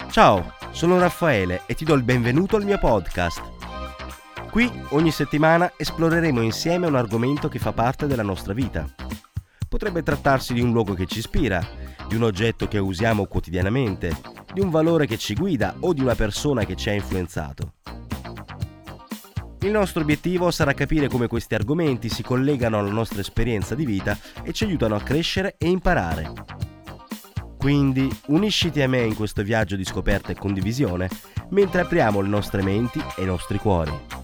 Ciao, sono Raffaele e ti do il benvenuto al mio podcast. Qui ogni settimana esploreremo insieme un argomento che fa parte della nostra vita. Potrebbe trattarsi di un luogo che ci ispira, di un oggetto che usiamo quotidianamente, di un valore che ci guida o di una persona che ci ha influenzato. Il nostro obiettivo sarà capire come questi argomenti si collegano alla nostra esperienza di vita e ci aiutano a crescere e imparare. Quindi unisciti a me in questo viaggio di scoperta e condivisione mentre apriamo le nostre menti e i nostri cuori.